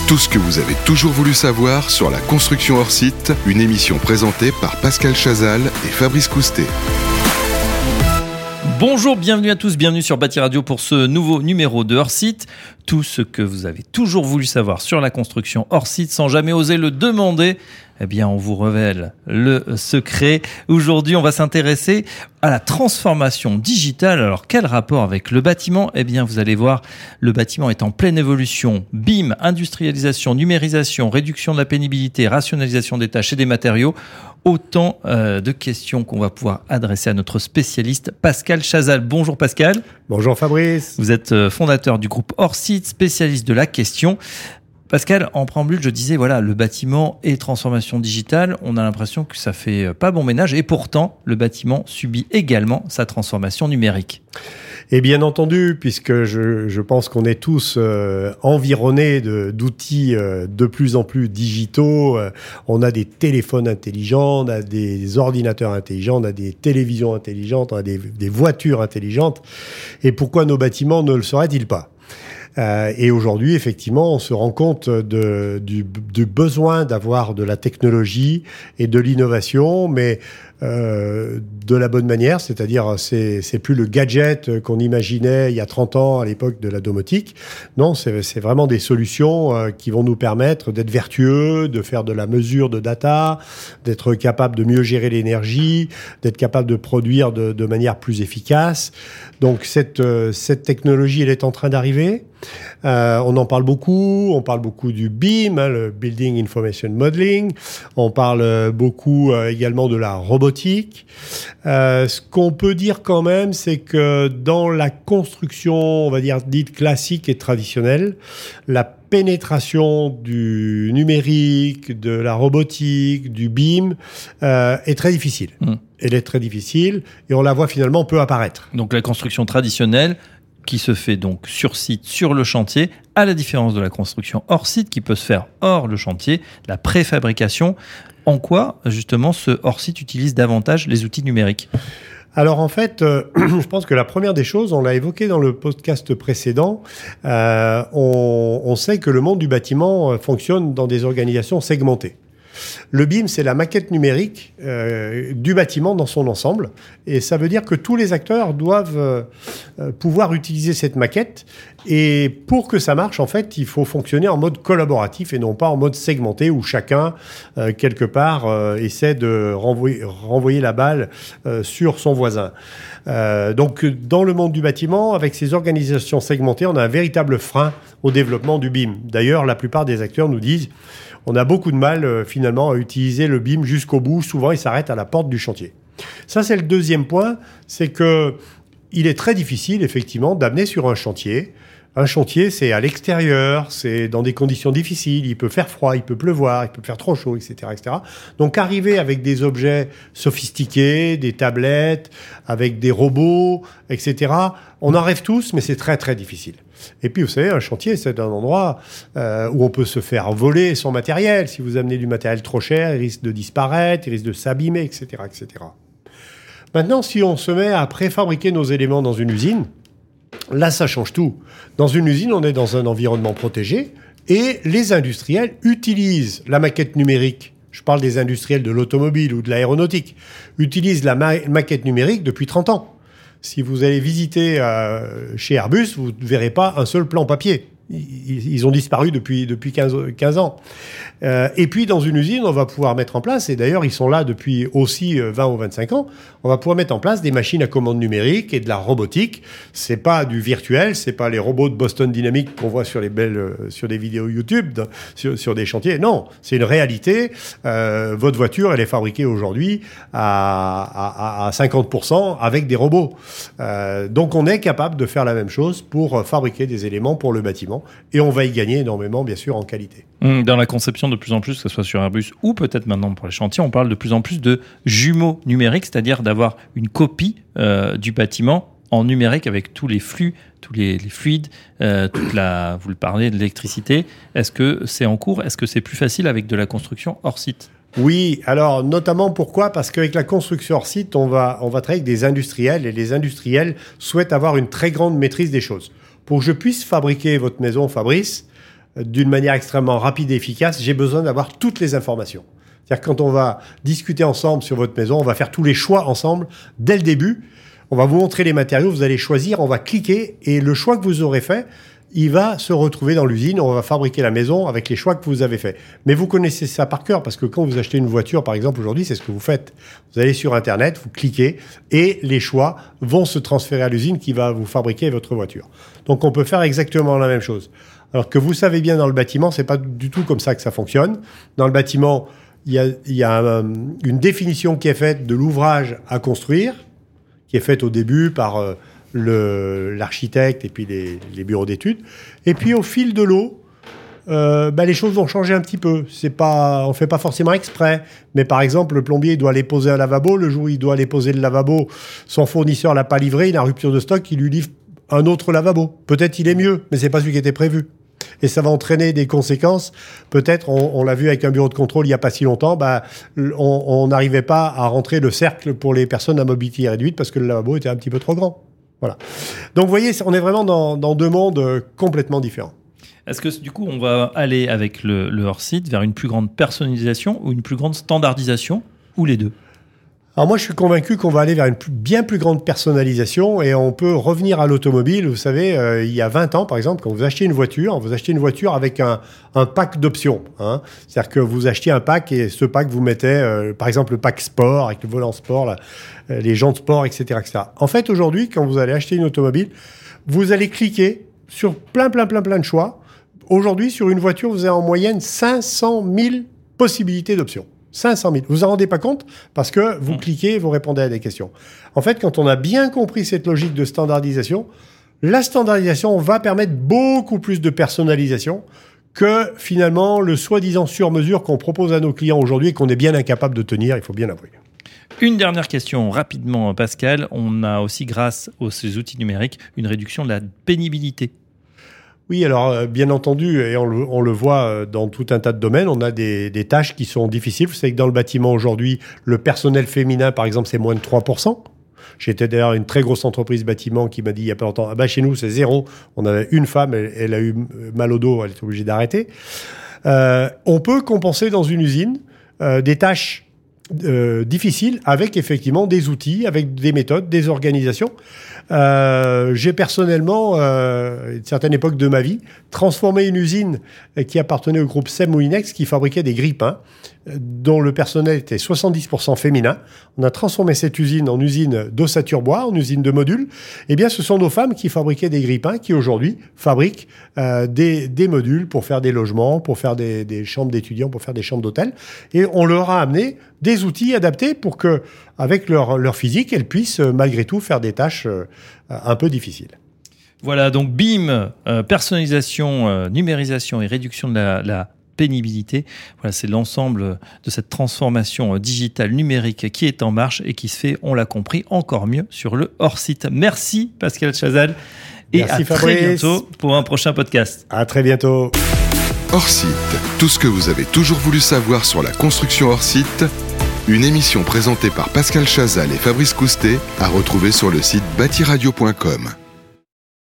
Tout ce que vous avez toujours voulu savoir sur la construction hors site, une émission présentée par Pascal Chazal et Fabrice Coustet. Bonjour, bienvenue à tous, bienvenue sur Bâti Radio pour ce nouveau numéro de hors site. Tout ce que vous avez toujours voulu savoir sur la construction hors site sans jamais oser le demander, eh bien on vous révèle le secret. Aujourd'hui, on va s'intéresser à la transformation digitale. Alors quel rapport avec le bâtiment ? Eh bien vous allez voir, le bâtiment est en pleine évolution. BIM, industrialisation, numérisation, réduction de la pénibilité, rationalisation des tâches et des matériaux. Autant de questions qu'on va pouvoir adresser à notre spécialiste Pascal Chazal. Bonjour Pascal. Bonjour Fabrice. Vous êtes fondateur du groupe Hors Site, spécialiste de la question. Pascal, en préambule, je disais, voilà, le bâtiment et transformation digitale, on a l'impression que ça fait pas bon ménage et pourtant, le bâtiment subit également sa transformation numérique. Et bien entendu, puisque je pense qu'on est tous environnés d'outils de plus en plus digitaux. On a des téléphones intelligents, on a des ordinateurs intelligents, on a des télévisions intelligentes, on a des voitures intelligentes. Et pourquoi nos bâtiments ne le seraient-ils pas ? Et aujourd'hui, effectivement, on se rend compte du besoin d'avoir de la technologie et de l'innovation, mais de la bonne manière, c'est-à-dire c'est plus le gadget qu'on imaginait il y a 30 ans à l'époque de la domotique. Non, c'est vraiment des solutions qui vont nous permettre d'être vertueux, de faire de la mesure de data, d'être capable de mieux gérer l'énergie, d'être capable de produire de manière plus efficace. Donc cette technologie, elle est en train d'arriver. On en parle beaucoup. On parle beaucoup du BIM, le Building Information Modeling. On parle beaucoup également de la robotique. Ce qu'on peut dire quand même, c'est que dans la construction, on va dire dite classique et traditionnelle, la pénétration du numérique, de la robotique, du BIM est très difficile. Elle est très difficile et on la voit finalement peu apparaître. Donc la construction traditionnelle qui se fait donc sur site, sur le chantier, à la différence de la construction hors site qui peut se faire hors le chantier, la préfabrication. En quoi, justement, ce hors site utilise davantage les outils numériques ? Alors en fait, je pense que la première des choses, on l'a évoqué dans le podcast précédent, on sait que le monde du bâtiment fonctionne dans des organisations segmentées. Le BIM, c'est la maquette numérique du bâtiment dans son ensemble. Et ça veut dire que tous les acteurs doivent pouvoir utiliser cette maquette. Et pour que ça marche, en fait, il faut fonctionner en mode collaboratif et non pas en mode segmenté où chacun, quelque part, essaie de renvoyer la balle sur son voisin. Donc, dans le monde du bâtiment, avec ces organisations segmentées, on a un véritable frein au développement du BIM. D'ailleurs, la plupart des acteurs nous disent on a beaucoup de mal, finalement, à utiliser le BIM jusqu'au bout. Souvent, il s'arrête à la porte du chantier. Ça, c'est le deuxième point. C'est que il est très difficile, effectivement, d'amener sur un chantier. Un chantier, c'est à l'extérieur, c'est dans des conditions difficiles. Il peut faire froid, il peut pleuvoir, il peut faire trop chaud, etc., etc. Donc, arriver avec des objets sophistiqués, des tablettes, avec des robots, etc., on en rêve tous, mais c'est très, très difficile. Et puis, vous savez, un chantier, c'est un endroit où on peut se faire voler son matériel. Si vous amenez du matériel trop cher, il risque de disparaître, il risque de s'abîmer, etc., etc. Maintenant, si on se met à préfabriquer nos éléments dans une usine, là, ça change tout. Dans une usine, on est dans un environnement protégé et les industriels utilisent la maquette numérique. Je parle des industriels de l'automobile ou de l'aéronautique. Utilisent la maquette numérique depuis 30 ans. Si vous allez visiter chez Airbus, vous ne verrez pas un seul plan papier. Ils ont disparu depuis 15 ans. Et puis, dans une usine, on va pouvoir mettre en place, et d'ailleurs, ils sont là depuis aussi 20 ou 25 ans, on va pouvoir mettre en place des machines à commande numérique et de la robotique. C'est pas du virtuel, c'est pas les robots de Boston Dynamics qu'on voit sur sur des vidéos YouTube, sur des chantiers. Non, c'est une réalité. Votre voiture, elle est fabriquée aujourd'hui à 50% avec des robots. Donc, on est capable de faire la même chose pour fabriquer des éléments pour le bâtiment. Et on va y gagner énormément, bien sûr, en qualité. Dans la conception, de plus en plus, que ce soit sur Airbus ou peut-être maintenant pour les chantiers, on parle de plus en plus de jumeaux numériques, c'est-à-dire d'avoir une copie du bâtiment en numérique avec tous les flux, tous les fluides, vous le parlez de l'électricité. Est-ce que c'est en cours ? Est-ce que c'est plus facile avec de la construction hors site ? Oui, alors notamment pourquoi ? Parce qu'avec la construction hors site, on va travailler avec des industriels et les industriels souhaitent avoir une très grande maîtrise des choses. Pour que je puisse fabriquer votre maison, Fabrice, d'une manière extrêmement rapide et efficace, j'ai besoin d'avoir toutes les informations. C'est-à-dire que quand on va discuter ensemble sur votre maison, on va faire tous les choix ensemble dès le début. On va vous montrer les matériaux, vous allez choisir, on va cliquer et le choix que vous aurez fait, il va se retrouver dans l'usine, on va fabriquer la maison avec les choix que vous avez faits. Mais vous connaissez ça par cœur parce que quand vous achetez une voiture, par exemple, aujourd'hui, c'est ce que vous faites. Vous allez sur Internet, vous cliquez et les choix vont se transférer à l'usine qui va vous fabriquer votre voiture. Donc on peut faire exactement la même chose. Alors que vous savez bien dans le bâtiment, c'est pas du tout comme ça que ça fonctionne. Dans le bâtiment, il y a une définition qui est faite de l'ouvrage à construire, qui est faite au début par l'architecte et puis les bureaux d'études. Et puis au fil de l'eau, les choses vont changer un petit peu. On fait pas forcément exprès, mais par exemple, le plombier il doit aller poser un lavabo. Le jour où il doit aller poser le lavabo, son fournisseur l'a pas livré, il a une rupture de stock, il lui livre un autre lavabo. Peut-être il est mieux, mais c'est pas celui qui était prévu. Et ça va entraîner des conséquences. Peut-être, on l'a vu avec un bureau de contrôle il n'y a pas si longtemps, on n'arrivait pas à rentrer le cercle pour les personnes à mobilité réduite parce que le lavabo était un petit peu trop grand. Voilà. Donc, vous voyez, on est vraiment dans deux mondes complètement différents. Est-ce que du coup, on va aller avec le hors-site vers une plus grande personnalisation ou une plus grande standardisation, ou les deux ? Alors moi, je suis convaincu qu'on va aller vers une bien plus grande personnalisation et on peut revenir à l'automobile. Vous savez, il y a 20 ans, par exemple, quand vous achetez une voiture avec un pack d'options. C'est-à-dire que vous achetez un pack et ce pack, vous mettez, par exemple, le pack sport avec le volant sport, les jantes sport, etc., etc. En fait, aujourd'hui, quand vous allez acheter une automobile, vous allez cliquer sur plein de choix. Aujourd'hui, sur une voiture, vous avez en moyenne 500 000 possibilités d'options. 500 000. Vous en rendez pas compte parce que vous cliquez, vous répondez à des questions. En fait, quand on a bien compris cette logique de standardisation, la standardisation va permettre beaucoup plus de personnalisation que finalement le soi-disant sur-mesure qu'on propose à nos clients aujourd'hui et qu'on est bien incapable de tenir, il faut bien l'avouer. Une dernière question rapidement, Pascal. On a aussi, grâce à ces outils numériques, une réduction de la pénibilité. Oui, alors bien entendu, et on le voit dans tout un tas de domaines, on a des tâches qui sont difficiles. Vous savez que dans le bâtiment aujourd'hui, le personnel féminin, par exemple, c'est moins de 3%. J'étais d'ailleurs à une très grosse entreprise bâtiment qui m'a dit il y a pas longtemps, chez nous c'est 0. On avait une femme, elle a eu mal au dos, elle était obligée d'arrêter. On peut compenser dans une usine des tâches difficiles avec effectivement des outils, avec des méthodes, des organisations. J'ai personnellement, à une certaine époque de ma vie, transformé une usine qui appartenait au groupe SEM Moulinex qui fabriquait des grille-pains dont le personnel était 70% féminin. On a transformé cette usine en usine d'ossature bois, en usine de modules. Eh bien, ce sont nos femmes qui fabriquaient des grille-pains qui aujourd'hui fabriquent des modules pour faire des logements, pour faire des chambres d'étudiants, pour faire des chambres d'hôtel. Et on leur a amené des outils adaptés pour que, avec leur physique, elles puissent malgré tout faire des tâches un peu difficiles. Voilà, donc BIM, personnalisation, numérisation et réduction de la pénibilité. Voilà, c'est l'ensemble de cette transformation digitale numérique qui est en marche et qui se fait, on l'a compris, encore mieux sur le hors-site. Merci Pascal Chazal et merci, à Fabrice. Très bientôt pour un prochain podcast. À très bientôt. Hors-site, tout ce que vous avez toujours voulu savoir sur la construction hors-site, une émission présentée par Pascal Chazal et Fabrice Coustet à retrouver sur le site batiradio.com.